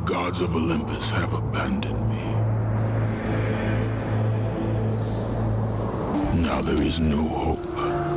gods of Olympus have abandoned me. Now there is no hope.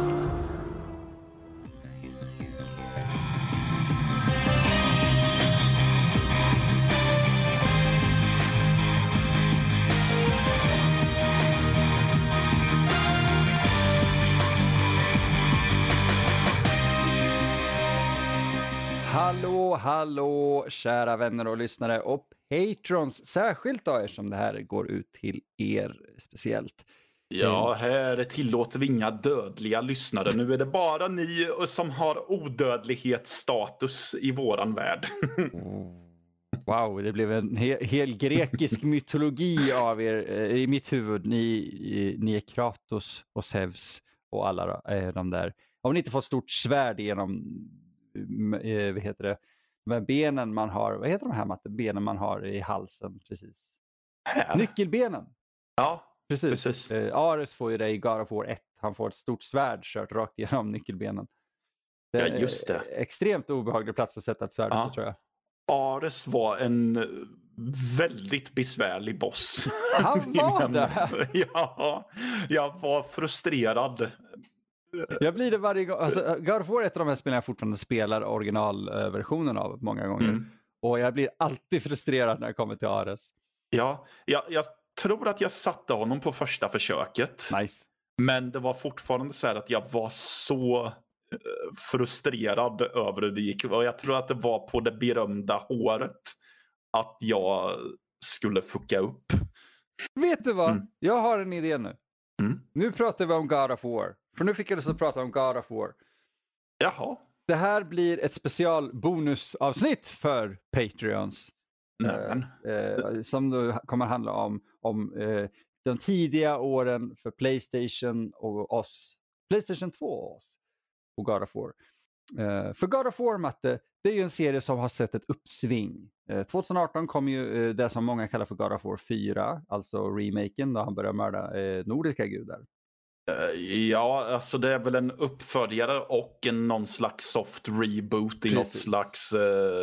Hallå, kära vänner och lyssnare och patrons, särskilt då eftersom det här går ut till er speciellt. Ja, här tillåter vi inga dödliga lyssnare. Nu är det bara ni som har odödlighetsstatus i våran värld. Wow, det blev en hel grekisk mytologi av er i mitt huvud. Ni är Kratos och Zeus och alla de där. Om ni inte får stort svärd genom vad heter det? De här benen man har, vad heter de här Matte? Benen man har i halsen, precis. Här. Nyckelbenen. Ja, precis. Ares får ju det i God of War 1. Han får ett stort svärd kört rakt igenom nyckelbenen. Ja, just det. Extremt obehaglig plats att sätta ett svärd på, tror jag. Ares var en väldigt besvärlig boss. Han var det? Ja, jag var frustrerad. Jag blir det varje gång. Alltså, God of War är ett av de här spelen jag fortfarande spelar originalversionen av många gånger. Och jag blir alltid frustrerad när jag kommer till Ares. Ja, jag tror att jag satte honom på första försöket. Nice. Men det var fortfarande så här att jag var så frustrerad över hur det gick. Och jag tror att det var på det berömda håret att jag skulle fucka upp. Vet du vad? Jag har en idé nu. Nu pratar vi om God of War. För nu fick jag lust att prata om God of War. Jaha. Det här blir ett special bonusavsnitt för Patreons. Som då kommer handla om de tidiga åren för PlayStation och oss. PlayStation 2 och oss. Och God of War. För God of War, Matte, det är ju en serie som har sett ett uppsving. 2018 kom ju det som många kallar för God of War 4. Alltså remaken då han börjar mörda nordiska gudar. Ja, alltså det är väl en uppföljare och någon slags soft reboot i något slags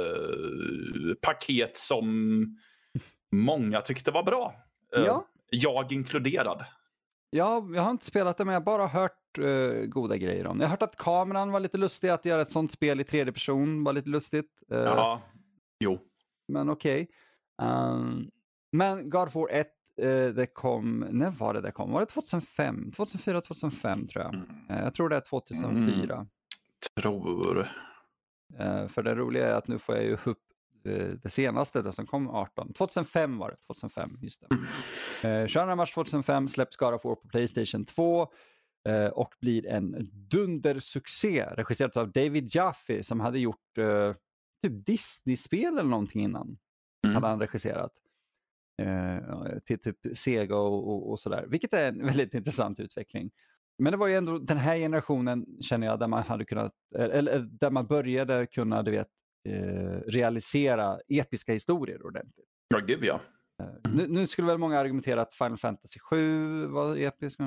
paket som många tyckte var bra. Jag inkluderad. Ja, jag har inte spelat det, men jag har bara hört goda grejer om det. Jag har hört att kameran var lite lustig, att göra ett sånt spel i tredje person var lite lustigt. Ja, jo. Men okej. Men God of War 1, det kom, när var det kom? Var det 2005? 2004, 2005 tror jag. Jag tror det är 2004. Tror. För det roliga är att nu får jag ju upp det senaste, det som kom 18. 2005 var det, 2005, just det. 22 mars 2005 släpps God of War på PlayStation 2 och blir en dundersuccé. Regisserat av David Jaffe som hade gjort typ Disney-spel eller någonting innan. Hade han regisserat. Till typ Sega och sådär. Vilket är en väldigt intressant utveckling. Men det var ju ändå den här generationen, känner jag, där man hade kunnat, eller där man började kunna, du vet, realisera episka historier ordentligt. Ja, gud ja. Nu skulle väl många argumentera att Final Fantasy 7 var episk.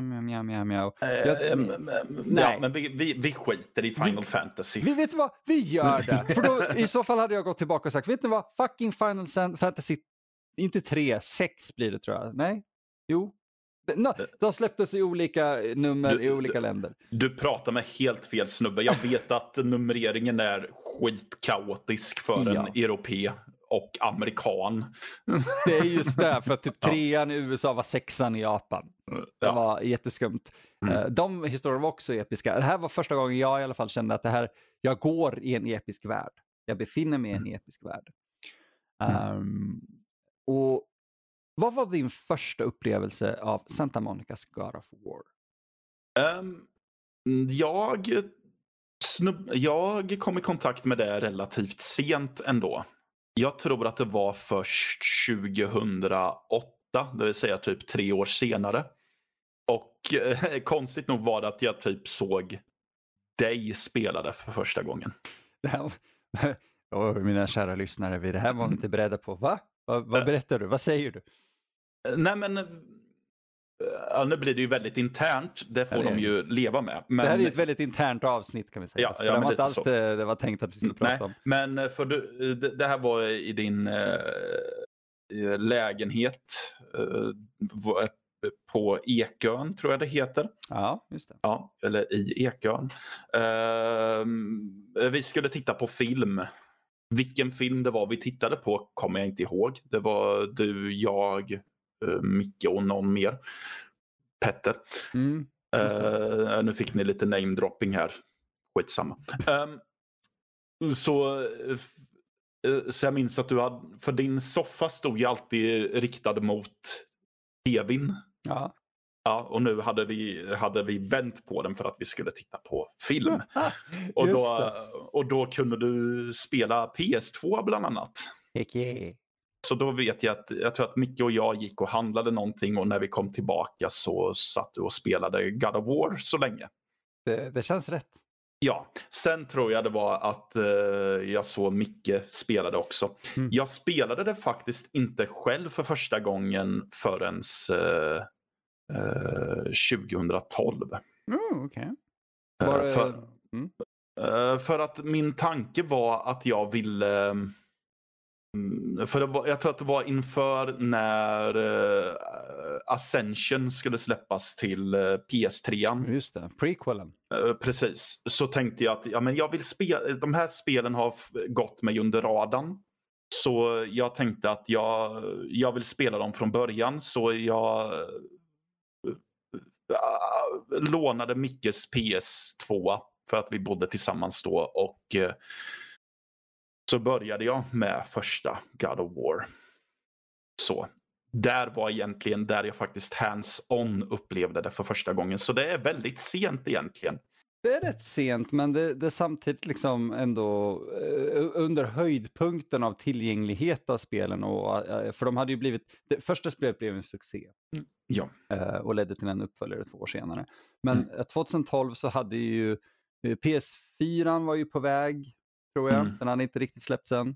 Ja, men vi skiter i Final Fantasy. Vi vet vad, vi gör det. För då, i så fall hade jag gått tillbaka och sagt, vet ni vad, fucking Final Fantasy, inte 3, 6 blir det tror jag. Nej, jo. De släpptes i olika nummer i olika länder. Du pratar med helt fel snubbe. Jag vet att numreringen är skitkaotisk för en europé och amerikan. Det är just det, för att typ 3:an i USA var 6:an i Japan. Det var jätteskumt. De historierna var också episka. Det här var första gången jag i alla fall kände att det här, jag går i en episk värld. Jag befinner mig i en episk värld. Och vad var din första upplevelse av Santa Monicas God of War? Jag kom i kontakt med det relativt sent ändå. Jag tror att det var först 2008, det vill säga typ 3 år senare. Och konstigt nog var det att jag typ såg dig spelade för första gången. Mina kära lyssnare, det här var ni inte beredda på. Va? Vad berättar du? Vad säger du? Nej, men nu blir det ju väldigt internt. Det får de ju leva med. Men, det här är ju ett väldigt internt avsnitt kan vi säga. Ja, det var inte alls det var tänkt att vi skulle prata om. Men för det här var i din lägenhet på Ekön, tror jag det heter. Ja, just det. Ja, eller i Ekön. Vi skulle titta på film. Vilken film det var vi tittade på kommer jag inte ihåg. Det var du, jag, Micke och någon mer. Petter. Nu fick ni lite name-dropping här. Skitsamma. Så jag minns att du hade, för din soffa stod ju alltid riktad mot tvn. Ja. Ja, och nu hade vi vänt på den för att vi skulle titta på film. och då kunde du spela PS2 bland annat. Så då vet jag tror att Micke och jag gick och handlade någonting, och när vi kom tillbaka så satt du och spelade God of War så länge. Det känns rätt. Ja, sen tror jag det var att jag såg Micke spelade också. Jag spelade det faktiskt inte själv för första gången förrän 2012. Okej. För att min tanke var att jag ville... jag tror att det var inför när Ascension skulle släppas till PS3. Just det, prequelen. Precis. Så tänkte jag att jag vill spela. De här spelen har gått mig under radarn. Så jag tänkte att jag vill spela dem från början. Så jag lånade Mickes PS2 för att vi bodde tillsammans då. Och så började jag med första God of War. Så där var egentligen där jag faktiskt hands-on upplevde det för första gången. Så det är väldigt sent egentligen. Det är rätt sent, men det är samtidigt liksom ändå under höjdpunkten av tillgänglighet av spelen. För de hade ju blivit... Det första spelet blev en succé. Ja. Och ledde till en uppföljare 2 år senare. Men 2012 så hade ju PS4 var ju på väg, tror jag. Den hade inte riktigt släppts än.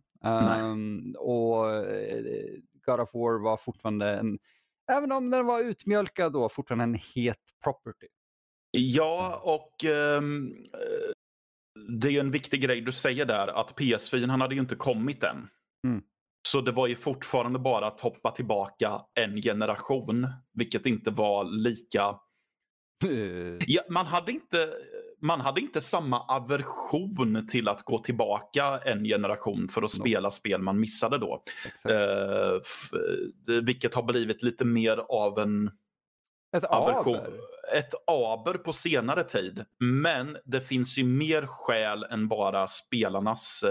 Och God of War var fortfarande även om den var utmjölkad då, fortfarande en het property. Ja, och det är ju en viktig grej du säger där, att PS4 han hade ju inte kommit än. Så det var ju fortfarande bara att hoppa tillbaka en generation, vilket inte var lika... Ja, man hade inte samma aversion till att gå tillbaka en generation för att spela spel man missade då. Vilket har blivit lite mer av en aversion. Ett aber på senare tid. Men det finns ju mer skäl än bara spelarnas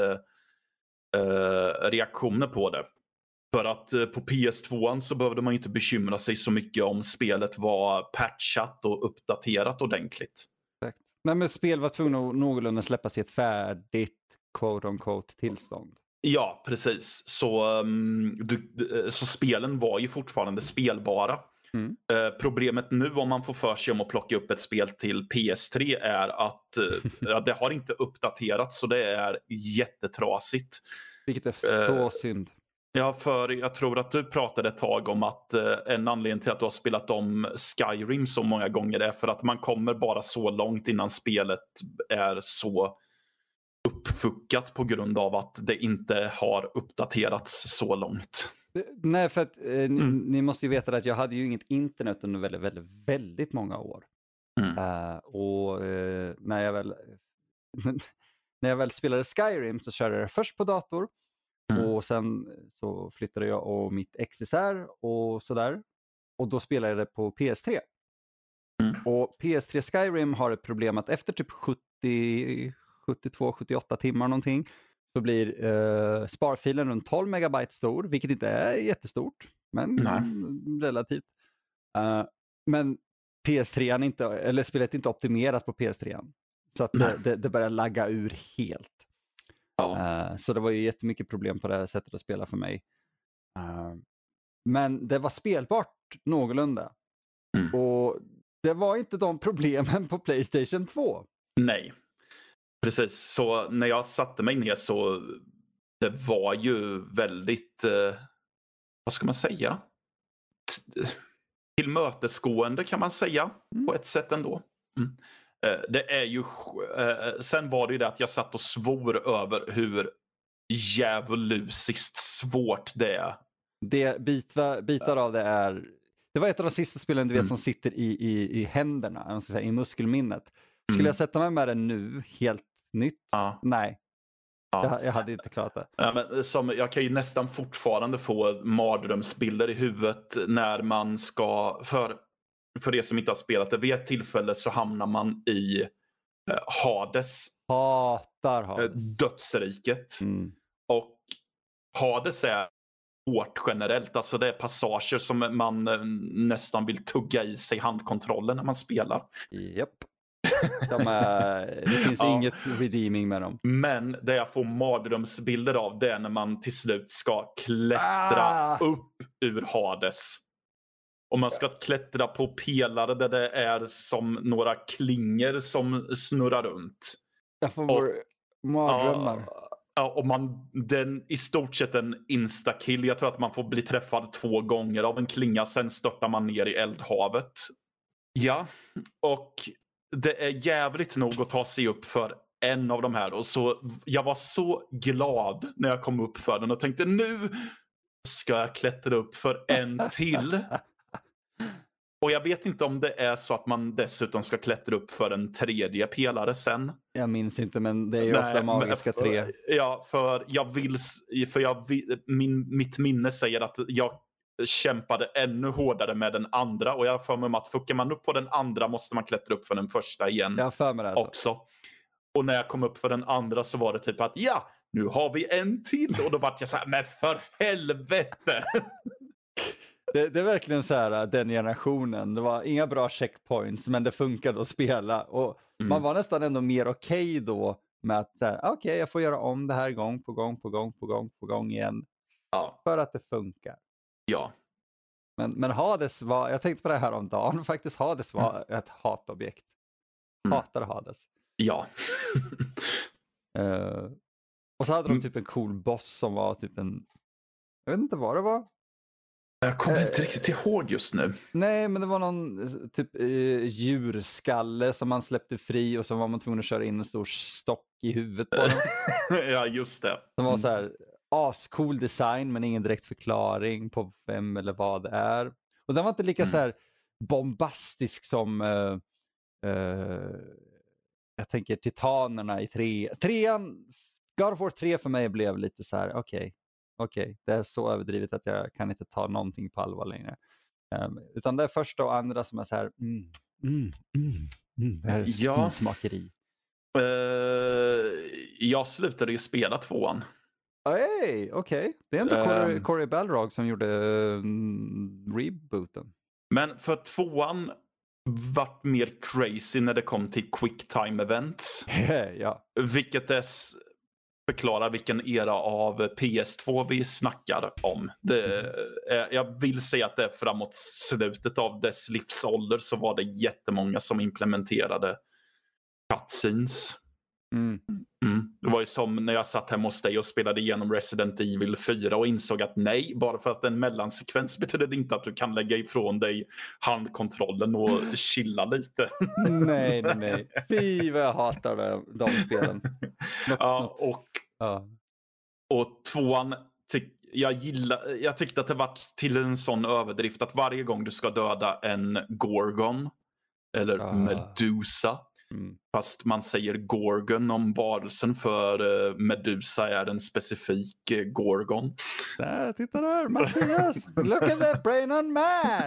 reaktioner på det. För att på PS2 så behövde man ju inte bekymra sig så mycket om spelet var patchat och uppdaterat ordentligt. Exakt. Men spel var tvungna att någorlunda släppas i ett färdigt quote-on-quote tillstånd. Ja, precis. Så spelen var ju fortfarande spelbara. Problemet nu om man får för sig om att plocka upp ett spel till PS3 är att det har inte uppdaterats, så det är jättetrasigt. Vilket är så synd. Ja, för jag tror att du pratade ett tag om att en anledning till att du har spelat om Skyrim så många gånger är för att man kommer bara så långt innan spelet är så uppfuckat på grund av att det inte har uppdaterats så långt. Nej, för att ni måste ju veta att jag hade ju inget internet under väldigt, väldigt, väldigt många år. Och när jag väl spelade Skyrim så körde jag först på dator. Och sen så flyttade jag och mitt ex isär och sådär. Och då spelade jag det på PS3. Och PS3 Skyrim har ett problem att efter typ 72-78 timmar någonting så blir sparfilen runt 12 megabyte stor, vilket inte är jättestort, men relativt. Men PS3 inte, eller spelet är inte optimerat på PS3. Så att det börjar lagga ur helt. Så det var ju jättemycket problem på det här sättet att spela för mig. Men det var spelbart någorlunda. Och det var inte de problemen på PlayStation 2. Nej, precis. Så när jag satte mig ner så det var ju väldigt, vad ska man säga? tillmötesgående kan man säga på ett sätt ändå. Det är ju sen var det ju det att jag satt och svor över hur djävulusiskt svårt det är. Bitar av det är... Det var ett av de sista spelen du vet som sitter i händerna, man ska säga, i muskelminnet. Skulle jag sätta mig med det nu, helt nytt? Nej. Jag hade inte klarat det. Ja, men jag kan ju nästan fortfarande få mardrömsbilder i huvudet när man ska... För det som inte har spelat det, vid ett tillfälle så hamnar man i Hades. Hatar Hades. Dödsriket. Och Hades är hårt generellt. Alltså det är passager som man nästan vill tugga i sig handkontrollen när man spelar. Japp. Det finns inget redeeming med dem. Men det jag får mardrömsbilder av, det är när man till slut ska klättra upp ur Hades. Och man ska klättra på pelare där det är som några klingor som snurrar runt. Jag får mardrömmar. Ja, och den i stort sett en instakill. Jag tror att man får bli träffad 2 gånger av en klinga. Sen störtar man ner i eldhavet. Ja, och det är jävligt nog att ta sig upp för en av de här. Och så, jag var så glad när jag kom upp för den och tänkte nu ska jag klättra upp för en till. Och jag vet inte om det är så att man dessutom ska klättra upp för en 3:e pelare sen. Jag minns inte, men det är ju ofta magiska 3. Ja, mitt minne säger att jag kämpade ännu hårdare med den andra. Och jag har för mig att fuckar man upp på den andra måste man klättra upp för den första igen. Jag har för mig det också. Och när jag kom upp för den andra så var det typ att nu har vi en till. Och då var jag så här, men för helvete! Det är verkligen så här, den generationen. Det var inga bra checkpoints, men det funkade att spela. Och man var nästan ändå mer okej då med att okej, jag får göra om det här gång på gång igen. Ja. För att det funkar. Ja. Men Hades var, jag tänkte på det här om dagen, faktiskt Hades var ett hatobjekt. Hatar Hades. Ja. Och så hade de typ en cool boss som var typ jag vet inte vad det var. Jag kommer inte riktigt ihåg just nu. Nej, men det var någon typ djurskalle som man släppte fri och så var man tvungen att köra in en stor stock i huvudet på den. Ja, just det. Som var så här ascool design men ingen direkt förklaring på vem eller vad det är. Och den var inte lika så här bombastisk som jag tänker titanerna i 3:an. God of War 3 för mig blev lite så här okej, det är så överdrivet att jag kan inte ta någonting på allvar längre. Utan det är första och andra som är så här det här är finsmakeri. Jag slutade ju spela 2:an. Okej. Det är inte Corey Balrog som gjorde rebooten. Men för 2:an vart mer crazy när det kom till quick time events. Ja. Vilket förklarar vilken era av PS2 vi snackar om. Jag vill säga att det är framåt slutet av dess livsålder så var det jättemånga som implementerade cutscenes. Det var ju som när jag satt hemma hos dig och spelade igenom Resident Evil 4 och insåg att nej, bara för att en mellansekvens betyder det inte att du kan lägga ifrån dig handkontrollen och chilla lite. Nej. Fy vad jag hatar de spelen. Och 2:an jag tyckte att det var till en sån överdrift att varje gång du ska döda en Gorgon eller Medusa, fast man säger Gorgon om varelsen för Medusa är en specifik Gorgon. Titta där, Mattias! Look at that brain on Matt!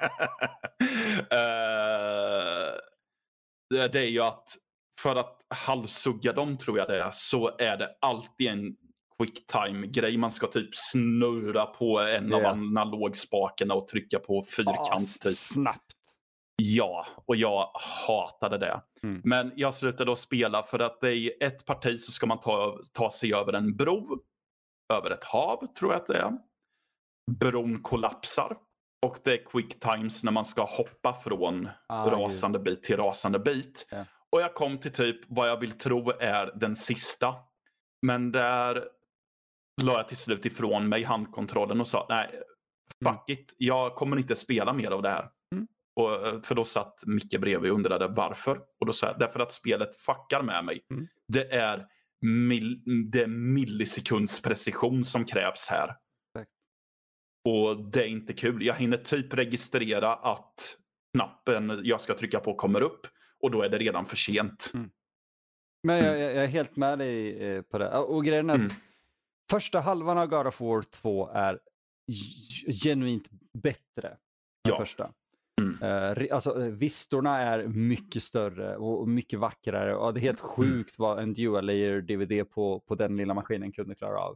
Det är ju att för att halshugga dem tror jag det är, så är det alltid en quick time grej. Man ska typ snurra på en av analogspakarna och trycka på fyrkant typ. Snabbt. Ja, och jag hatade det. Men jag slutade att spela för att i ett parti så ska man ta sig över en bro. Över ett hav tror jag att det är. Bron kollapsar. Och det är quick times när man ska hoppa från rasande bit till rasande bit. Yeah. Och jag kom till typ vad jag vill tro är den sista. Men där la jag till slut ifrån mig handkontrollen och sa nej, fuck it, jag kommer inte spela mer av det här. Och, för då satt Micke bredvid och undrade varför. Och då sa jag, därför att spelet fuckar med mig. Det är det millisekunds precision som krävs här. Och det är inte kul. Jag hinner typ registrera att knappen jag ska trycka på kommer upp. Och då är det redan för sent. Men jag är helt med dig på det. Och grejen är att första halvan av God of War 2 är genuint bättre än första. Alltså vistorna är mycket större och mycket vackrare. Och det är helt sjukt vad en dual layer DVD på den lilla maskinen kunde klara av.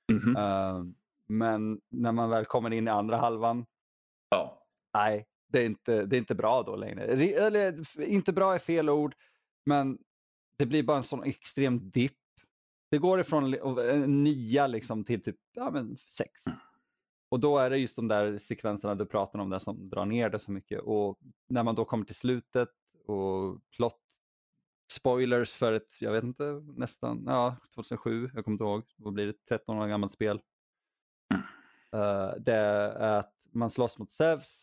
Men när man väl kommer in i andra halvan, nej, det är inte bra då längre. Eller inte bra är fel ord, men det blir bara en sån extrem dipp. Det går ifrån en 9 liksom till typ 6. Och då är det just de där sekvenserna du pratar om där som drar ner det så mycket. Och när man då kommer till slutet och plot spoilers för ett, jag vet inte, nästan 2007, jag kommer inte ihåg, vad blir det, 13 år gammalt spel. Det är att man slåss mot Zeus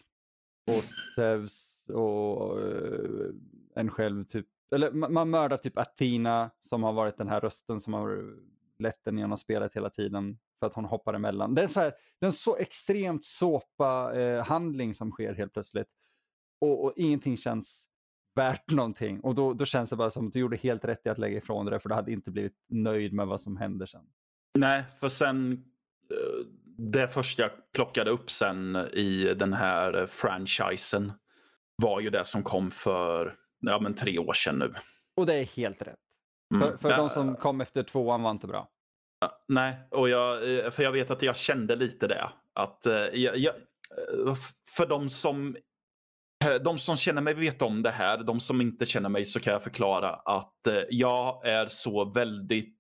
och en själv typ, eller man mördar typ Athena som har varit den här rösten som har lett den genom spelet hela tiden för att hon hoppar emellan. Det är en så extremt såpa handling som sker helt plötsligt och ingenting känns värt någonting. Och då känns det bara som att du gjorde helt rätt i att lägga ifrån det, för du hade inte blivit nöjd med vad som händer sen. Nej, för sen det första jag plockade upp sen i den här franchisen var ju det som kom för 3 år sedan nu. Och det är helt rätt. För de som kom efter 2:an var inte bra. Nej, och jag vet att jag kände lite det. Att för de som känner mig vet om det här. De som inte känner mig så kan jag förklara att jag är så väldigt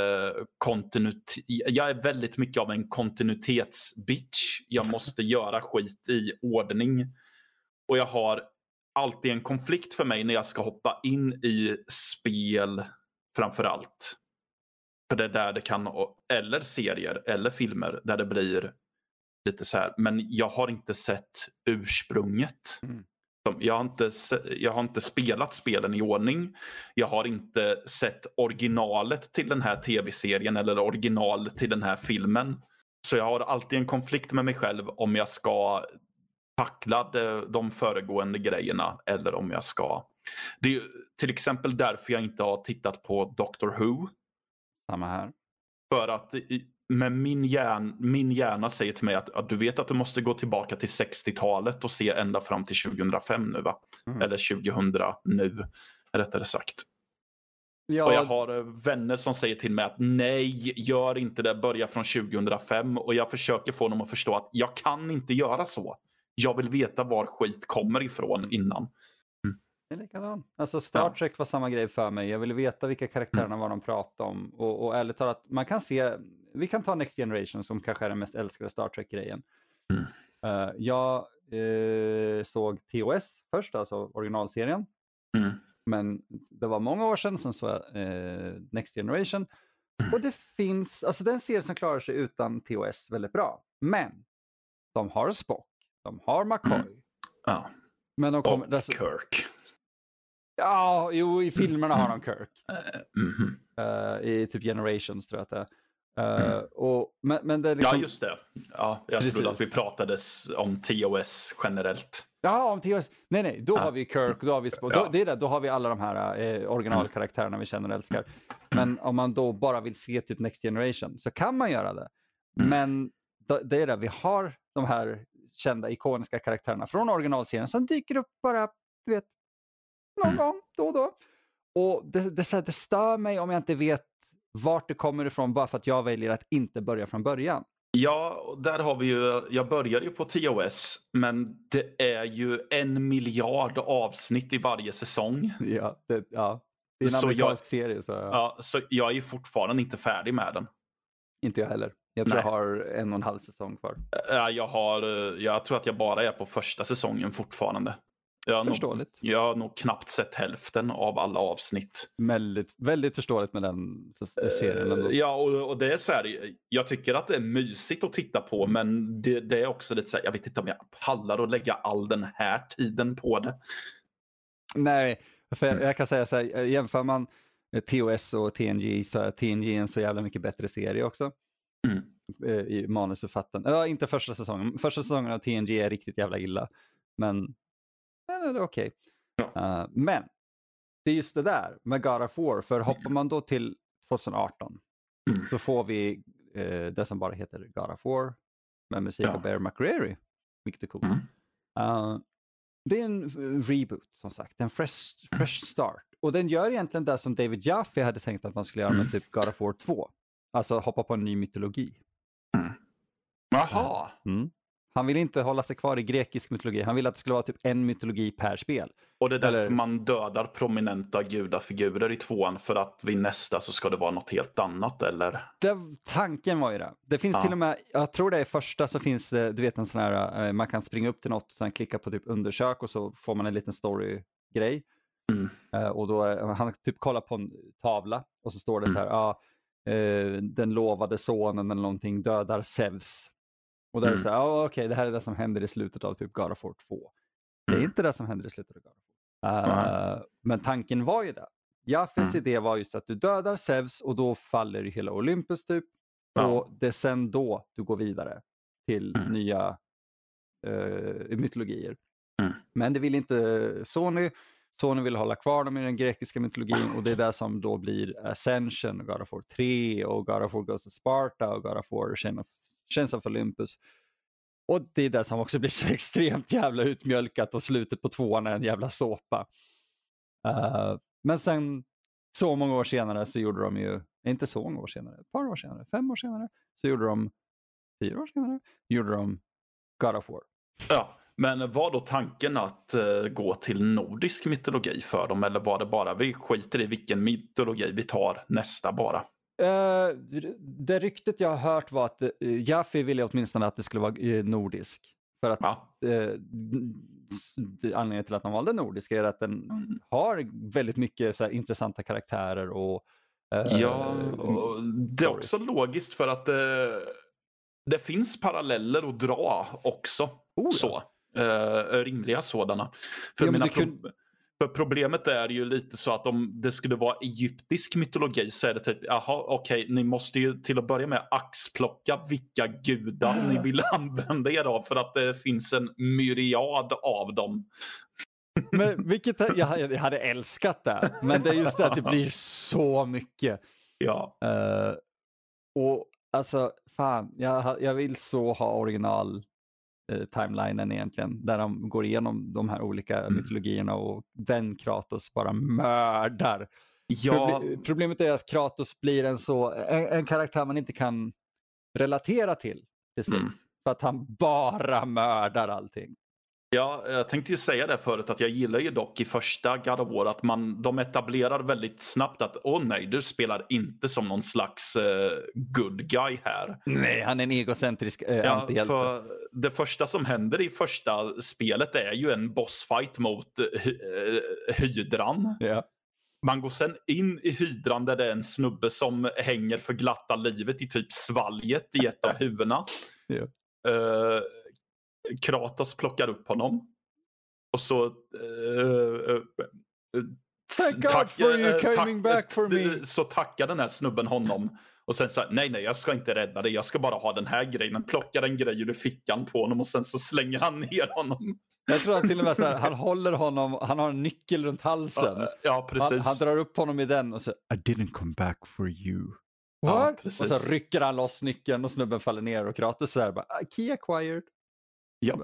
jag är väldigt mycket av en kontinuitetsbitch. Jag måste göra skit i ordning. Och jag har alltid en konflikt för mig när jag ska hoppa in i spel framför allt. För det är där det kan, eller serier eller filmer där det blir lite så här, men jag har inte sett ursprunget. Jag har inte spelat spelen i ordning. Jag har inte sett originalet till den här tv-serien eller originalet till den här filmen. Så jag har alltid en konflikt med mig själv om jag ska tackla de föregående grejerna eller om jag ska. Det är ju till exempel därför jag inte har tittat på Doctor Who. Samma här. För att med min hjärna säger till mig att du vet att du måste gå tillbaka till 60-talet och se ända fram till 2005 nu, va? Eller 2000 nu, rättare sagt. Ja. Och jag har vänner som säger till mig att nej, gör inte det, börja från 2005. Och jag försöker få dem att förstå att jag kan inte göra så. Jag vill veta var skit kommer ifrån innan. Det är likadant. Alltså Star Trek var samma grej för mig. Jag ville veta vilka karaktärerna var de pratade om. Och ärligt talat, man kan se, vi kan ta Next Generation som kanske är den mest älskade Star Trek-grejen. Jag såg TOS först, alltså originalserien. Men det var många år sedan såg jag Next Generation. Och det finns, alltså den serie som klarar sig utan TOS väldigt bra. Men de har Spock, de har McCoy. Ja. Men de kommer, och Kirk. Ja, jo, i filmerna har de Kirk. I typ Generations tror jag att det är. Men det är liksom... Ja, just det. Ja, jag trodde att vi pratades om TOS generellt. Ja, om TOS. Nej, då har vi Kirk, då har vi Spock. Då har vi alla de här originalkaraktärerna vi känner och älskar. Men om man då bara vill se typ Next Generation så kan man göra det. Men det är det, vi har de här kända ikoniska karaktärerna från originalserien som dyker upp bara, du vet, någon gång då och då. Och det stör mig om jag inte vet vart det kommer ifrån bara för att jag väljer att inte börja från början. Ja, där har vi ju, jag började ju på TOS, men det är ju 1 miljard avsnitt i varje säsong. Ja, det är en amerikansk serie. Så jag är ju fortfarande inte färdig med den. Inte jag heller. Jag tror jag har 1,5 säsong kvar. Jag tror att jag bara är på första säsongen fortfarande. Förståeligt. Jag har nog knappt sett hälften av alla avsnitt. Väldigt, väldigt förståeligt med den serien. Ändå. Ja, och det är så här, jag tycker att det är mysigt att titta på, men det är också lite så här, jag vet inte om jag pallar att lägga all den här tiden på det. Nej, för jag kan säga så här, jämför man TOS och TNG så är TNG en så jävla mycket bättre serie också. I manusförfattaren. Ja, inte första säsongen. Första säsongen av TNG är riktigt jävla illa. Men det är okej. Ja. Men det är just det där med God of War. För hoppar man då till 2018 så får vi det som bara heter God of War med musik av Bear McCreary. Vilket är coolt. Det är en reboot som sagt. En fresh start. Och den gör egentligen det som David Jaffe hade tänkt att man skulle göra med typ God of War 2. Alltså hoppa på en ny mytologi. Jaha. Han vill inte hålla sig kvar i grekisk mytologi. Han vill att det skulle vara typ en mytologi per spel. Och det är därför man dödar prominenta gudafigurer i 2:an, för att vid nästa så ska det vara något helt annat, eller? Tanken var ju det. Det finns till och med, jag tror det är första så finns det, du vet en sån här, man kan springa upp till något och sen klicka på typ undersök och så får man en liten story-grej. Och då han typ kollar på en tavla och så står det så här, den lovade sonen eller någonting dödar Zeus. Och där är det så här, okej, det här är det som händer i slutet av typ God of War 2. Det är inte det som händer i slutet av God of War. Men tanken var ju det. Jaffes idé var just att du dödar Zeus och då faller hela Olympus typ. Och det är sen då du går vidare till nya mytologier. Men det vill inte Sony. Sony vill hålla kvar dem i den grekiska mytologin och det är det som då blir Ascension, God of War 3 och God of War Goes to Sparta och God of War Chains of Olympus. Och det är det som också blir så extremt jävla utmjölkat och slutet på 2:an är en jävla såpa. Men sen så många år senare så gjorde de ju, inte så många år senare, ett par år senare, 5 år senare, så gjorde de 4 år senare, gjorde de God of War. Ja, men var då tanken att gå till nordisk mytologi för dem, eller var det bara vi skiter i vilken mytologi vi tar nästa bara? Det ryktet jag har hört var att Jaffe ville åtminstone att det skulle vara nordisk. För att anledningen till att man valde nordisk är att den har väldigt mycket så här intressanta karaktärer och och det är också logiskt för att det finns paralleller att dra också. Rimliga sådana. För för problemet är ju lite så att om det skulle vara egyptisk mytologi så är det typ, ni måste ju till att börja med axplocka vilka gudar ni vill använda er av, för att det finns en myriad av dem. Men vilket jag hade älskat det, men det är just det att det blir så mycket. Ja. Och alltså, fan, jag vill så ha original timelinen egentligen, där de går igenom de här olika mytologierna och den Kratos bara mördar. Ja. Problemet är att Kratos blir en karaktär man inte kan relatera till slut. För att han bara mördar allting. Ja, jag tänkte ju säga det förut att jag gillar ju dock i första God of War att de etablerar väldigt snabbt att nej, du spelar inte som någon slags good guy här. Nej, han är en egocentrisk antihjälte. För det första som händer i första spelet är ju en bossfight mot hydran. Ja. Man går sen in i hydran där det är en snubbe som hänger för glatta livet i typ svalget i ett av huvudena. Ja. Kratos plockar upp honom och så Thank God for you coming back for me. Så tackar den här snubben honom och sen så nej, jag ska inte rädda dig, jag ska bara ha den här grejen. Plockar en grej ur fickan på honom och sen så slänger han ner honom. Jag tror att till och med så här, han håller honom, han har en nyckel runt halsen. Ja, precis. Han drar upp honom i den och så I didn't come back for you. Ja, och så rycker han loss nyckeln och snubben faller ner och Kratos så här bara, key acquired. Ja.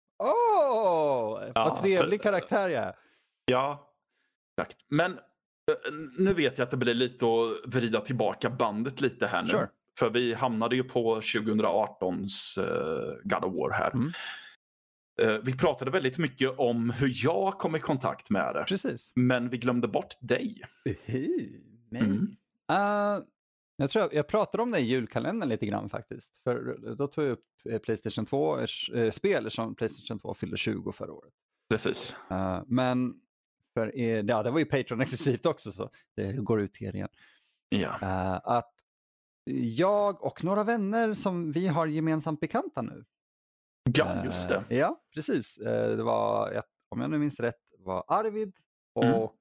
Vad trevlig karaktär jag är. Ja, exakt. Men nu vet jag att det blir lite att vrida tillbaka bandet lite här nu. Sure. För vi hamnade ju på 2018s God of War här. Vi pratade väldigt mycket om hur jag kom i kontakt med det. Precis. Men vi glömde bort dig. Nej. Jag tror jag pratade om det i julkalendern lite grann faktiskt. För då tog jag upp PlayStation 2 spel som PlayStation 2 fyllde 20 förra året. Precis. Men det var ju Patreon-exklusivt också, så det går ut till er igen. Ja. Att jag och några vänner som vi har gemensamt bekanta nu. Ja, just det. Ja, precis. Det var, om jag nu minns rätt, var Arvid och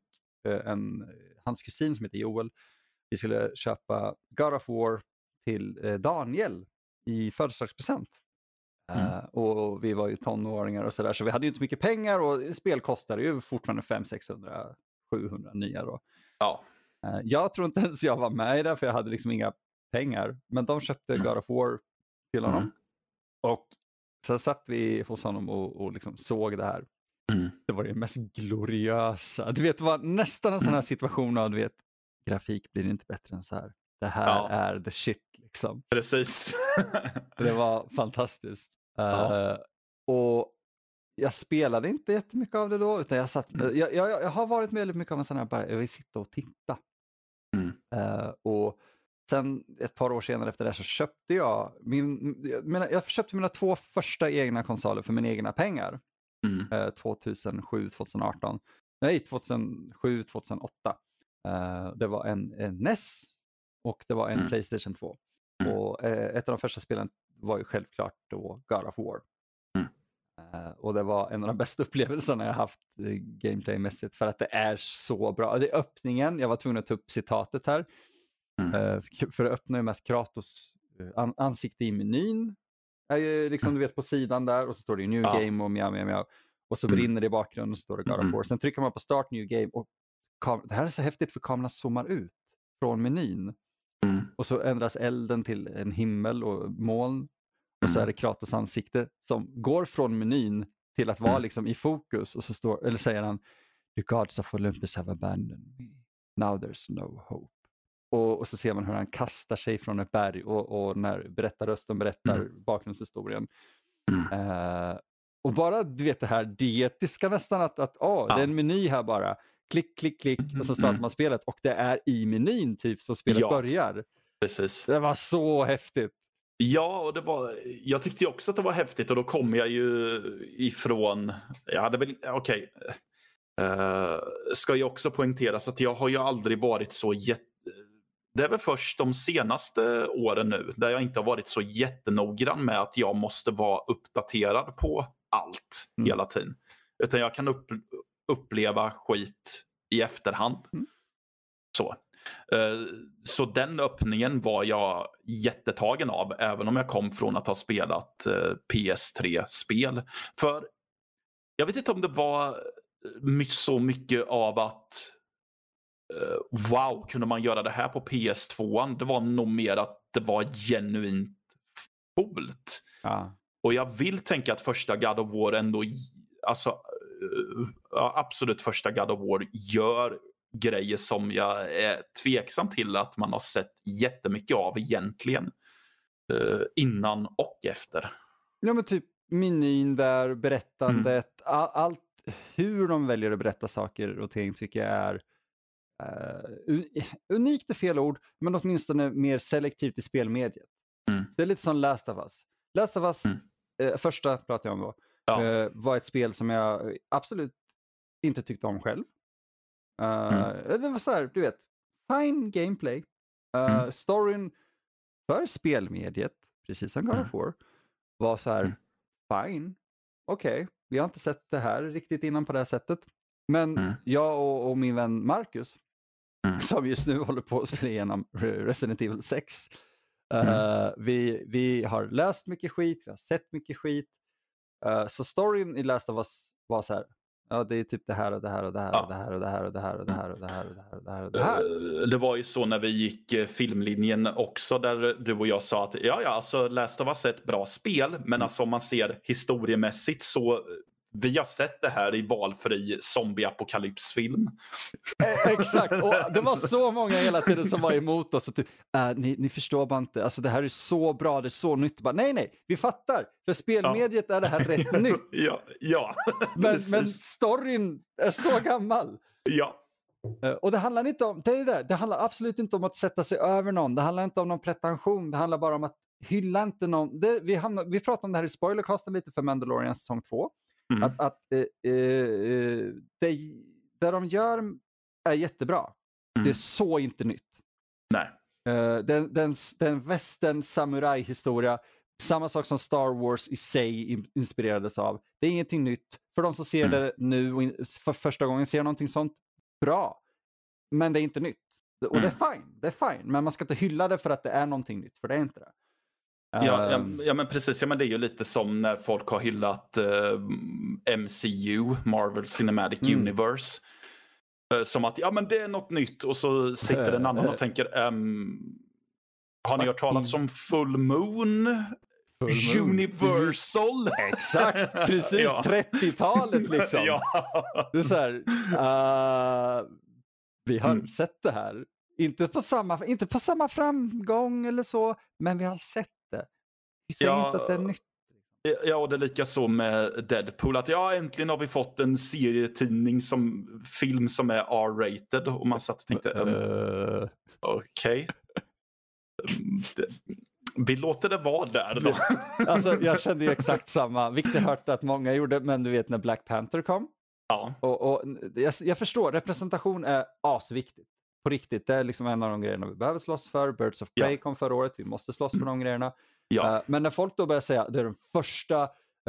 hans kusin som heter Joel. Vi skulle köpa God of War till Daniel i födelsedagspresent. Och vi var ju tonåringar och sådär, så vi hade ju inte mycket pengar och spel kostade ju fortfarande 500-600, 700 nya då. Ja. Jag tror inte ens jag var med i det, för jag hade liksom inga pengar. Men de köpte God of War till honom. Och så satt vi hos honom och liksom såg det här. Det var det mest gloriösa. Du vet, det var nästan en sån här situation av, du vet, grafik blir inte bättre än så här. Det här är the shit liksom. Precis. Det var fantastiskt. Och jag spelade inte jättemycket av det då, utan jag har varit med väldigt mycket av en sån här, bara jag vill sitta och titta. Och sen ett par år senare efter det så köpte jag jag köpte mina 2 första egna konsoler för mina egna pengar. 2007, 2018. Nej, 2007, 2008. Det var en NES och det var en PlayStation 2. Och ett av de första spelen var ju självklart då God of War. Och det var en av de bästa upplevelserna jag haft gameplaymässigt, för att det är så bra. Det är öppningen, jag var tvungen att ta upp citatet här. För det öppnar ju med att Kratos ansikte i menyn är ju liksom, du vet, på sidan där, och så står det New Game och mjau. Och så brinner det i bakgrunden och så står det God of War. Sen trycker man på Start New Game och det här är så häftigt, för kameran zoomar ut från menyn. Och så ändras elden till en himmel och moln. Och så är det Kratos ansikte som går från menyn till att vara liksom i fokus. Och så säger han, "The gods of Olympus have abandoned me. Now there's no hope." Och så ser man hur han kastar sig från ett berg. Och när berättarrösten berättar bakgrundshistorien. Och bara, du vet, det här dietiska nästan, att det är en meny här bara. Klick, klick, klick. Och så startar man spelet. Och det är i menyn typ så spelet börjar. Precis. Det var så häftigt. Ja, och jag tyckte ju också att det var häftigt, och då kom jag ju ifrån, ska jag också poängteras att jag har ju aldrig varit så det är väl först de senaste åren nu där jag inte har varit så jättenoggrann med att jag måste vara uppdaterad på allt hela tiden. Utan jag kan uppleva skit i efterhand. Så den öppningen var jag jättetagen av, även om jag kom från att ha spelat PS3-spel. För jag vet inte om det var så mycket av att wow, kunde man göra det här på PS2? Det var nog mer att det var genuint coolt. Och jag vill tänka att första God of War ändå, alltså absolut första God of War gör grejer som jag är tveksam till att man har sett jättemycket av egentligen, innan och efter. Ja, men typ menyn där, berättandet, allt hur de väljer att berätta saker och ting tycker jag är unikt är fel ord, men åtminstone mer selektivt i spelmediet. Det är lite som Last of Us. Last of Us, första pratade jag om då, var ett spel som jag absolut inte tyckte om själv. Det var så här, du vet, fine gameplay. Storyn för spelmediet, precis som God of War, var så här, fine. Okej, vi har inte sett det här riktigt innan på det här sättet. Men jag och min vän Marcus, som just nu håller på att spela igenom Resident Evil 6, vi har läst mycket skit, vi har sett mycket skit. Så storyn i Last of Us var så här, ja, det är typ det här och det här och det här och det här och det här och det här och det här och det här och det här och det här och det här. Det var ju så när vi gick filmlinjen också, där du och jag sa att alltså Last of Us är ett bra spel, men alltså om man ser historiemässigt så vi har sett det här i valfri zombie-apokalypsfilm. Exakt, och det var så många hela tiden som var emot oss. Ni förstår bara inte, alltså det här är så bra, det är så nytt. Bara, nej, vi fattar. För spelmediet är det här rätt nytt. Ja. Men storyn är så gammal. Ja. Och det handlar inte om, det handlar absolut inte om att sätta sig över någon. Det handlar inte om någon pretension. Det handlar bara om att hylla inte någon. Vi pratade om det här i spoilercasten lite för Mandalorian säsong 2. Att det de gör är jättebra. Det är så inte nytt. Nej. Den western samurai-historia, samma sak som Star Wars i sig inspirerades av. Det är ingenting nytt. För de som ser det nu och för första gången ser någonting sånt, bra. Men det är inte nytt. Och det är fine. Men man ska inte hylla det för att det är någonting nytt, för det är inte det. Ja, men precis. Ja, men det är ju lite som när folk har hyllat MCU, Marvel Cinematic Universe. Som att, ja men det är något nytt. Och så sitter en annan och tänker, har ni hört talas om Full Moon? Universal? Exakt, precis. 30-talet liksom. Ja. Det är så här, vi har sett det här. Inte på samma framgång eller så, men vi har sett det. Vi säger inte att det är nytt. Ja, och det är lika så med Deadpool. Att äntligen har vi fått en serietidning film som är R-rated. Och man satt och tänkte, okej. Vi låter det vara där då. Alltså, jag kände ju exakt samma. Vilket jag hört att många gjorde, men du vet när Black Panther kom. Ja. Och jag förstår, representation är asviktigt. På riktigt, det är liksom en av de grejerna vi behöver slåss för. Birds of Prey kom förra året, vi måste slåss för de grejerna. Ja. Men när folk då börjar säga att det är den första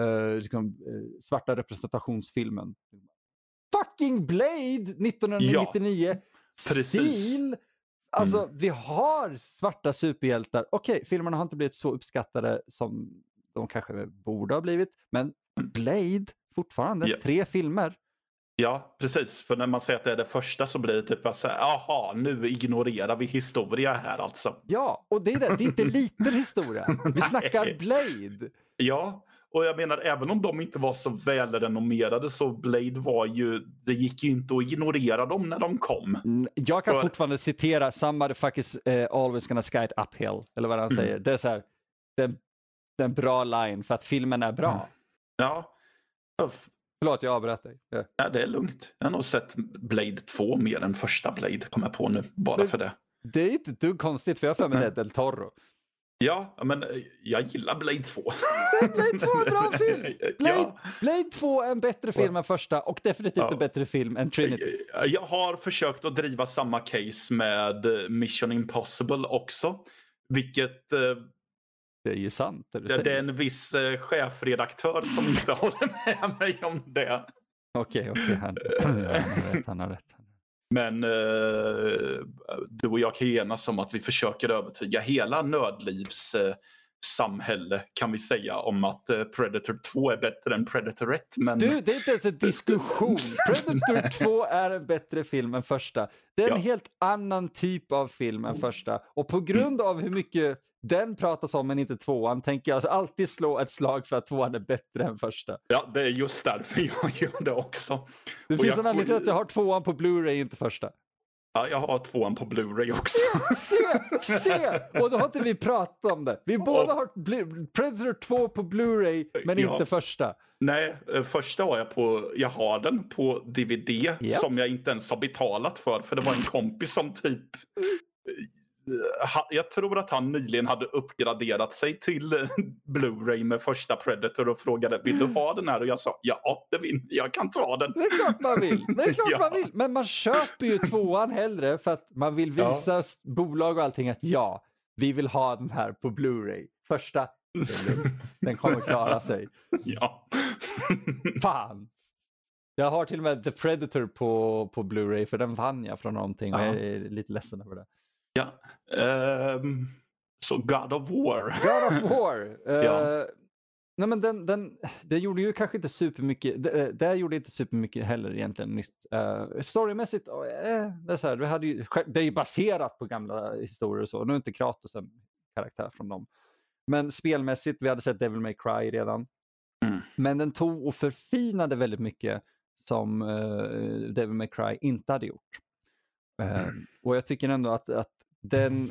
svarta representationsfilmen. Fucking Blade 1999. Ja, precis. Stil. Alltså, vi har svarta superhjältar. Okej, filmerna har inte blivit så uppskattade som de kanske borde ha blivit. Men Blade, fortfarande, 3 filmer. Ja, precis. För när man säger att det är det första så blir det typ att säga, jaha, nu ignorerar vi historia här alltså. Ja, och det är inte liten historia. Vi snackar Blade. Ja, och jag menar, även om de inte var så välrenommerade så Blade var ju, det gick ju inte att ignorera dem när de kom. Jag kan fortfarande citera somebody fuck is always gonna sky it uphill. Eller vad han säger. Det är så här, det är en bra line för att filmen är bra. Ja. Förlåt, jag avbröt dig. Ja, det är lugnt. Jag har nog sett Blade 2 mer än första Blade, kommer jag på nu. Bara för det. Det är inte dugg konstigt, för jag för mig det är Del Toro. Ja, men jag gillar Blade 2. Blade 2 är en bra film! Blade 2 är en bättre film än första och definitivt en bättre film än Trinity. Jag har försökt att driva samma case med Mission Impossible också. Vilket... Det är ju sant. Det är en viss chefredaktör som inte håller med mig om det. Okej, han har rätt. Men du och jag kan enas om att vi försöker övertyga hela Nördlivs samhälle, kan vi säga, om att Predator 2 är bättre än Predator 1. Men... Du, det är inte ens en diskussion. Predator 2 är en bättre film än första. Det är en helt annan typ av film än första. Och på grund av hur mycket den pratas om men inte tvåan, tänker jag alltså alltid slå ett slag för att tvåan är bättre än första. Ja, det är just därför jag gör det också. Det finns en anledning till att jag har tvåan på Blu-ray, inte första. Ja, jag har tvåan på Blu-ray också. Se! Och då har inte vi pratat om det. Vi båda har Predator 2 på Blu-ray, men inte första. Nej, första har jag har den på DVD som jag inte ens har betalat för det var en kompis som typ... Jag tror att han nyligen hade uppgraderat sig till Blu-ray med första Predator och frågade, vill du ha den här? Och jag sa, ja, jag kan ta den. Det är klart man vill. Man vill. Men man köper ju tvåan hellre för att man vill visa bolag och allting att vi vill ha den här på Blu-ray. Första, den kommer klara sig. Ja. Fan. Jag har till och med The Predator på Blu-ray, för den vann jag från någonting och jag är lite ledsen över det. Ja, så God of War. God of War. Nej, men den gjorde ju kanske inte supermycket. Det gjorde inte supermycket heller egentligen nytt. Storymässigt, det är så här, det är ju baserat på gamla historier och så. Nu är inte Kratos en karaktär från dem. Men spelmässigt, vi hade sett Devil May Cry redan. Men den tog och förfinade väldigt mycket som Devil May Cry inte hade gjort. Och jag tycker ändå att den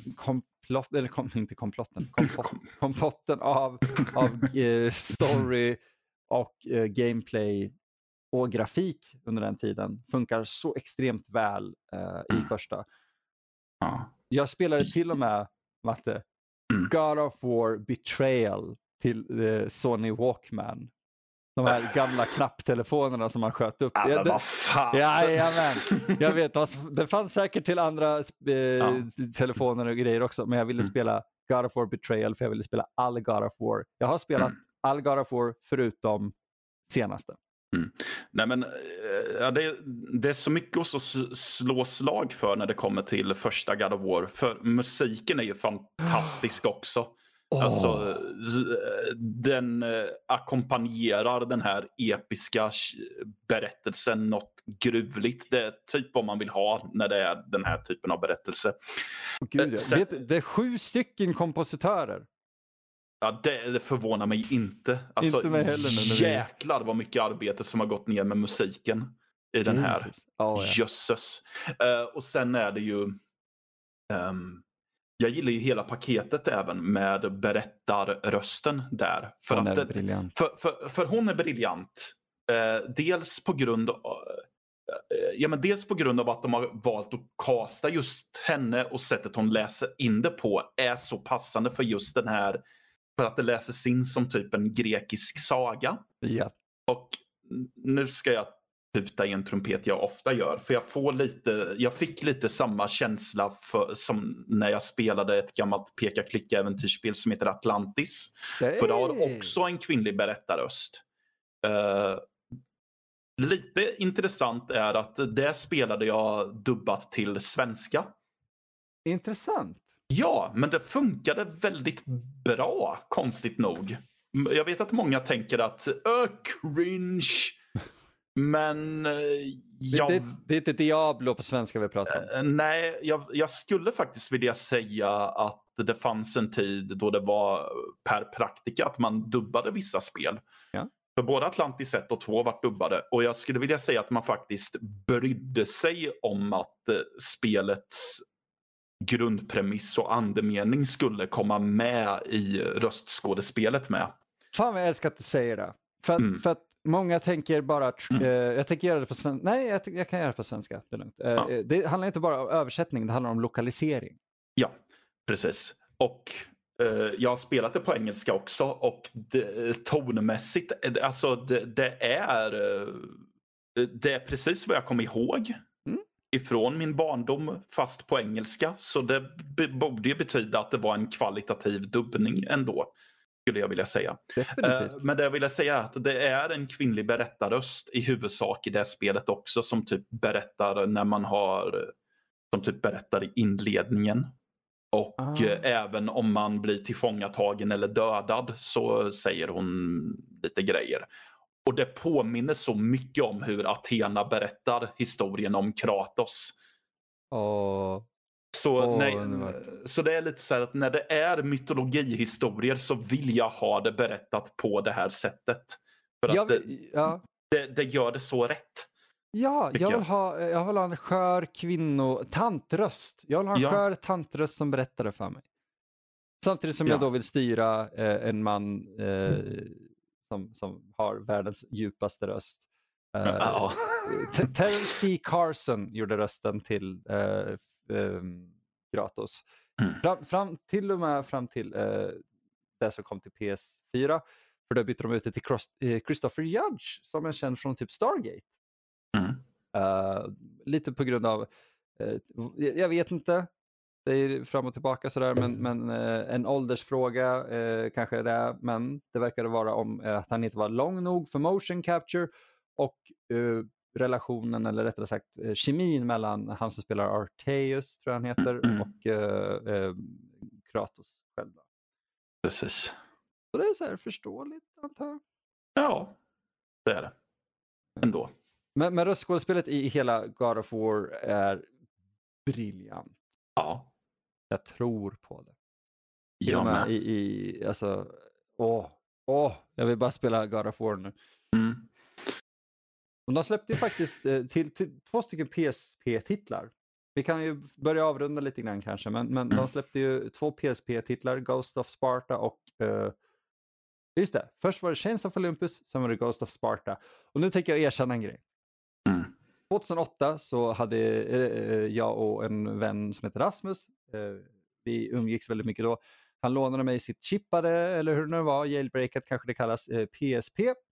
komplotten av story och gameplay och grafik under den tiden funkar så extremt väl i första. Jag spelade till och med, Matte, God of War Betrayal till Sony Walkman De här gamla knapptelefonerna som man sköt upp. Ja, men vad fasen. Jajamän. Jag vet, det fanns säkert till andra telefoner och grejer också, men jag ville spela God of War Betrayal för jag ville spela all God of War. Jag har spelat all God of War förutom senaste. Nej, men det är så mycket att slå slag för när det kommer till första God of War. För musiken är ju fantastisk också. Alltså, den ackompanjerar den här episka berättelsen något gruvligt. Det är typ vad man vill ha när det är den här typen av berättelse. Gud, det är 7 stycken kompositörer. Ja, det förvånar mig inte. Alltså, inte mig heller, jäklar vad mycket arbete som har gått ner med musiken i den här. Jösses. Och sen är det ju... jag gillar ju hela paketet även med berättarrösten där. För hon att är briljant. För hon är briljant. Dels på grund av... dels på grund av att de har valt att casta just henne och sättet hon läser in det på är så passande för just den här, för att det läses in som typ en grekisk saga. Ja. Och nu ska jag tuta i en trumpet jag ofta gör, för jag fick lite samma känsla som när jag spelade ett gammalt peka-klicka-äventyrsspel som heter Atlantis. För det har också en kvinnlig berättarröst. Lite intressant är att det spelade jag dubbat till svenska. Intressant. Ja, men det funkade väldigt bra, konstigt nog. Jag vet att många tänker att cringe, men det är inte Diablo på svenska vi pratar om. Nej, jag skulle faktiskt vilja säga att det fanns en tid då det var per praktika att man dubbade vissa spel. Ja. För både Atlantis 1 och 2 var dubbade. Och jag skulle vilja säga att man faktiskt brydde sig om att spelets grundpremiss och andemening skulle komma med i röstskådespelet med. Fan vad jag älskar att du säger det. För att många tänker bara att jag tänker göra det på svenska. Nej, jag kan göra det på svenska. Det är lugnt. Det handlar inte bara om översättning, det handlar om lokalisering. Ja, precis. Och jag har spelat det på engelska också, och tonmässigt, alltså det är precis vad jag kom ihåg ifrån min barndom, fast på engelska. Så det borde ju betyda att det var en kvalitativ dubbning ändå, skulle jag vilja säga. Men det jag vill säga är att det är en kvinnlig berättarröst i huvudsak i det spelet också, som typ berättar som typ berättar i inledningen. Och även om man blir tillfångatagen eller dödad så säger hon lite grejer. Och det påminner så mycket om hur Athena berättar historien om Kratos. Så det är lite så här att när det är mytologihistorier så vill jag ha det berättat på det här sättet. För att det gör det så rätt. Ja, jag vill ha en skör tantröst. Jag vill ha en skör tantröst som berättar det för mig. Samtidigt som jag då vill styra en man som har världens djupaste röst. Terrence T. Carson gjorde rösten till Kratos. Fram till det som kom till PS4. För då bytte de ut det till Christopher Judge som är känd från typ Stargate. Lite på grund av jag vet inte, det är fram och tillbaka sådär, men en åldersfråga kanske är det, men det verkade vara om att han inte var lång nog för motion capture, och relationen, eller rättare sagt kemin mellan han som spelar Arteus, tror jag han heter, och Kratos själva. Precis. Så det är så här förståeligt, antar jag. Ja, det är det. Ändå. Men röstskådespelet i hela God of War är briljant. Ja. Jag tror på det. Jag med. Jag vill bara spela God of War nu. Och de släppte ju faktiskt till 2 stycken PSP-titlar. Vi kan ju börja avrunda lite grann kanske, men de släppte ju 2 PSP-titlar, Ghost of Sparta och just det, först var det Chains of Olympus, sen var det Ghost of Sparta. Och nu tänker jag erkänna en grej. 2008 så hade jag och en vän som heter Rasmus, vi umgicks väldigt mycket då. Han lånade mig sitt chippade, eller hur det nu var, jailbreakat kanske det kallas, PSP.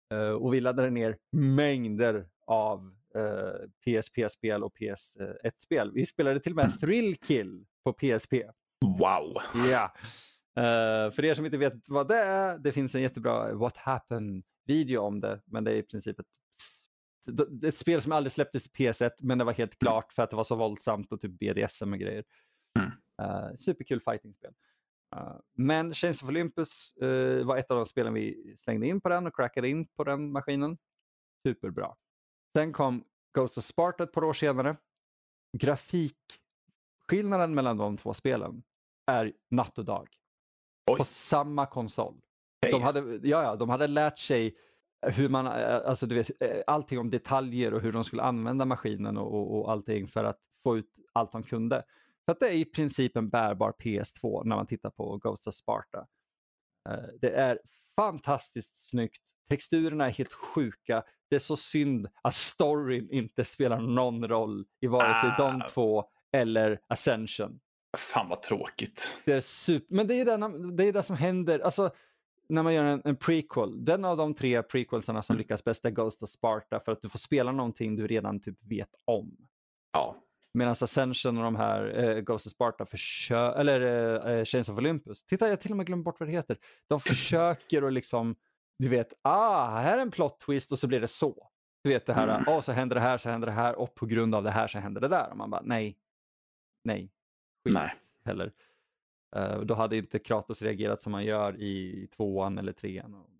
Och vi laddade ner mängder av PSP-spel och PS1-spel. Vi spelade till och med Thrill Kill på PSP. Wow. Ja. För er som inte vet vad det är, det finns en jättebra What Happened-video om det. Men det är i princip ett spel som aldrig släpptes till PS1, men det var helt klart för att det var så våldsamt och typ BDSM och grejer. Superkul fighting-spel. Men Chains of Olympus var ett av de spelen vi slängde in på den och crackade in på den maskinen. Superbra. Sen kom Ghost of Sparta ett par år senare. Grafikskillnaden mellan de två spelen är natt och dag. Oj. På samma konsol. Hey. De hade lärt sig hur man, alltså du vet, allting om detaljer och hur de skulle använda maskinen och allting för att få ut allt de kunde. För att det är i princip en bärbar PS2 när man tittar på Ghost of Sparta. Det är fantastiskt snyggt. Texturerna är helt sjuka. Det är så synd att storyn inte spelar någon roll i vare sig de två eller Ascension. Fan vad tråkigt. Det är men det är det som händer. Alltså, när man gör en prequel. Den av de 3 prequelsarna som lyckas bäst är Ghost of Sparta för att du får spela någonting du redan typ vet om. Ja. Medan Ascension och de här Ghost of Sparta eller Chains of Olympus. Titta, jag till och med glömmer bort vad det heter. De försöker att liksom, du vet, här är en plot twist och så blir det så. Du vet det här, så händer det här och på grund av det här så händer det där. Och man bara, nej. Skit heller. Då hade inte Kratos reagerat som man gör i 2:an eller 3:an. Och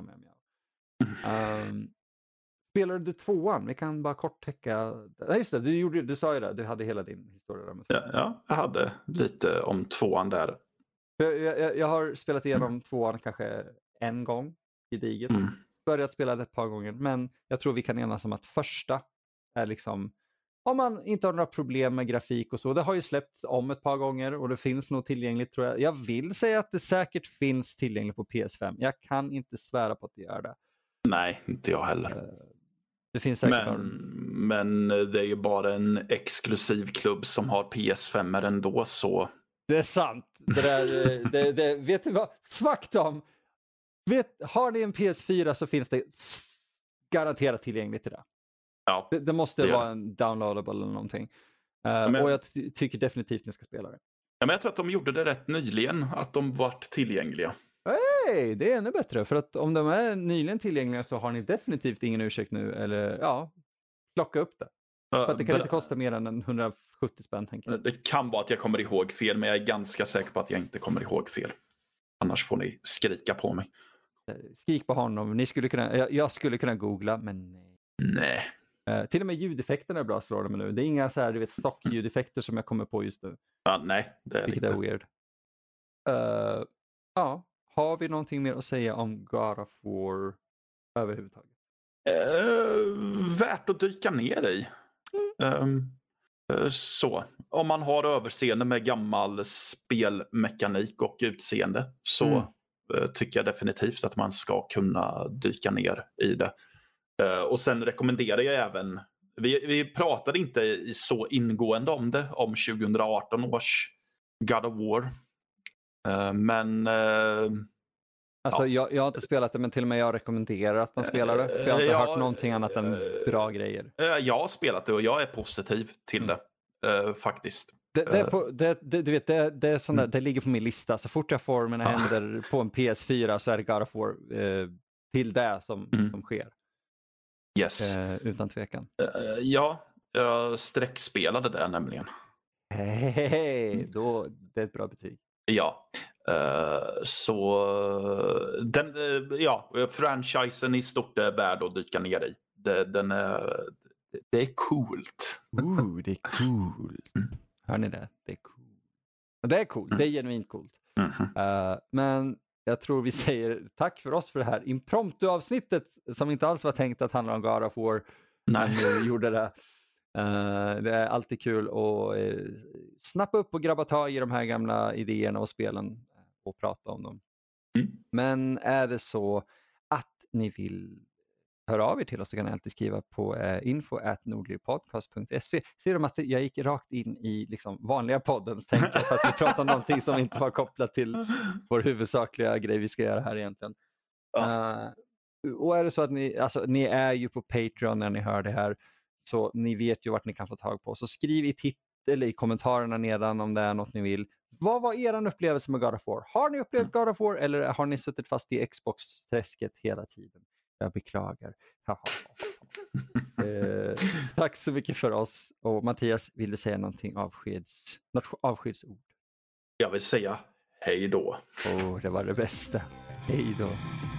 Spelar du 2:an? Vi kan bara kort täcka. Nej, just det, du sa ju det. Du hade hela din historia där med 2:an. Ja, jag hade lite om 2:an där. Jag har spelat igenom 2:an kanske en gång i diget. Börjat spela det ett par gånger. Men jag tror vi kan enas om att första är liksom, om man inte har några problem med grafik och så. Det har ju släppts om ett par gånger och det finns nog tillgängligt, tror jag. Jag vill säga att det säkert finns tillgängligt på PS5. Jag kan inte svära på att det gör det. Nej, inte jag heller. Det finns säkert men det är ju bara en exklusiv klubb som har PS5 ändå, så. Det är sant. Vet du vad? Fuck dem! Har ni en PS4 så finns det garanterat tillgängligt till det. Ja, det måste vara en downloadable eller någonting. Och jag tycker definitivt ni ska spela det. Ja, men jag tror att de gjorde det rätt nyligen, att de vart tillgängliga. Hej, det är ännu bättre. För att om de är nyligen tillgängliga så har ni definitivt ingen ursäkt nu. Eller plocka upp det. För att det kan inte kosta mer än 170 spänn, tänker jag. Det kan vara att jag kommer ihåg fel, men jag är ganska säker på att jag inte kommer ihåg fel. Annars får ni skrika på mig. Skrik på honom. Jag skulle kunna googla, men nej. Till och med ljudeffekterna är bra, slår de nu. Det är inga så här, stock-ljudeffekter som jag kommer på just nu. Ja, nej, det är vilket är weird. Har vi någonting mer att säga om God of War överhuvudtaget? Värt att dyka ner i. Så. Om man har överseende med gammal spelmekanik och utseende så tycker jag definitivt att man ska kunna dyka ner i det. Och sen rekommenderar jag även, vi pratade inte så ingående om det, om 2018 års God of War. Men alltså jag har inte spelat det, men till och med jag rekommenderar att man spelar det. För jag har inte hört någonting annat än bra grejer. Jag har spelat det och jag är positiv till det faktiskt. Det är sån där, det ligger på min lista. Så fort jag får mina händer på en PS4 så är det God of War till det som sker. Yes. Utan tvekan. Ja, jag sträckspelade det nämligen. Hej, då det är ett bra betyg. Ja. Så den, franchisen i stort är värd att dyka ner i. Det är coolt. Det är coolt. Hör ni det? Det är coolt. Det är coolt. Det är genuint coolt. Men jag tror vi säger tack för oss för det här impromptu-avsnittet som inte alls var tänkt att handla om God of War. Nej. Men gjorde det. Det är alltid kul att snappa upp och grabba tag i de här gamla idéerna och spelen och prata om dem. Men är det så att ni vill höra av er till oss så kan ni alltid skriva på info@nordlypodcast.se. Ser de att jag gick rakt in i liksom vanliga poddens tänkande för att vi pratar om någonting som inte var kopplat till vår huvudsakliga grej vi ska göra här egentligen. Och är det så att ni är ju på Patreon när ni hör det här, så ni vet ju vart ni kan få tag på. Så skriv i kommentarerna nedan om det är något ni vill. Vad var er upplevelse med God of War? Har ni upplevt God of War eller har ni suttit fast i Xbox-träsket hela tiden? Jag beklagar. Tack så mycket för oss. Och Mattias, vill du säga någonting avskedsord? Jag vill säga hej då. Det var det bästa. Hej då.